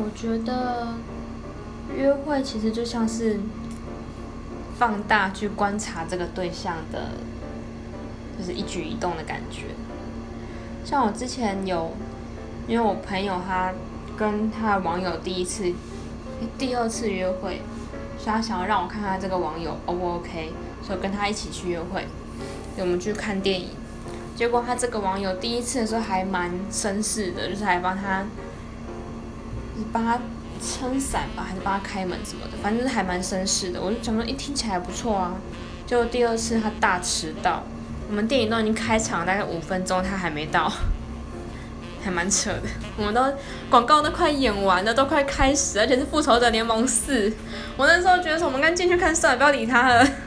我觉得约会其实就像是放大去观察这个对象的，就是一举一动的感觉。像我之前因为我朋友他跟他的网友第二次约会，所以他想要让我看看这个网友 O 不 OK， 所以跟他一起去约会，我们去看电影。结果他这个网友第一次的时候还蛮绅士的，就是还帮他撑伞吧，还是帮他开门什么的，反正就是还蛮绅士的。我就想说，听起来不错啊。结果第二次他大迟到，我们电影都已经开场了大概5分钟，他还没到，还蛮扯的。我们广告都快演完了，都快开始，而且是《复仇者联盟4》。我那时候觉得说，我们赶紧进去看算了，不要理他了。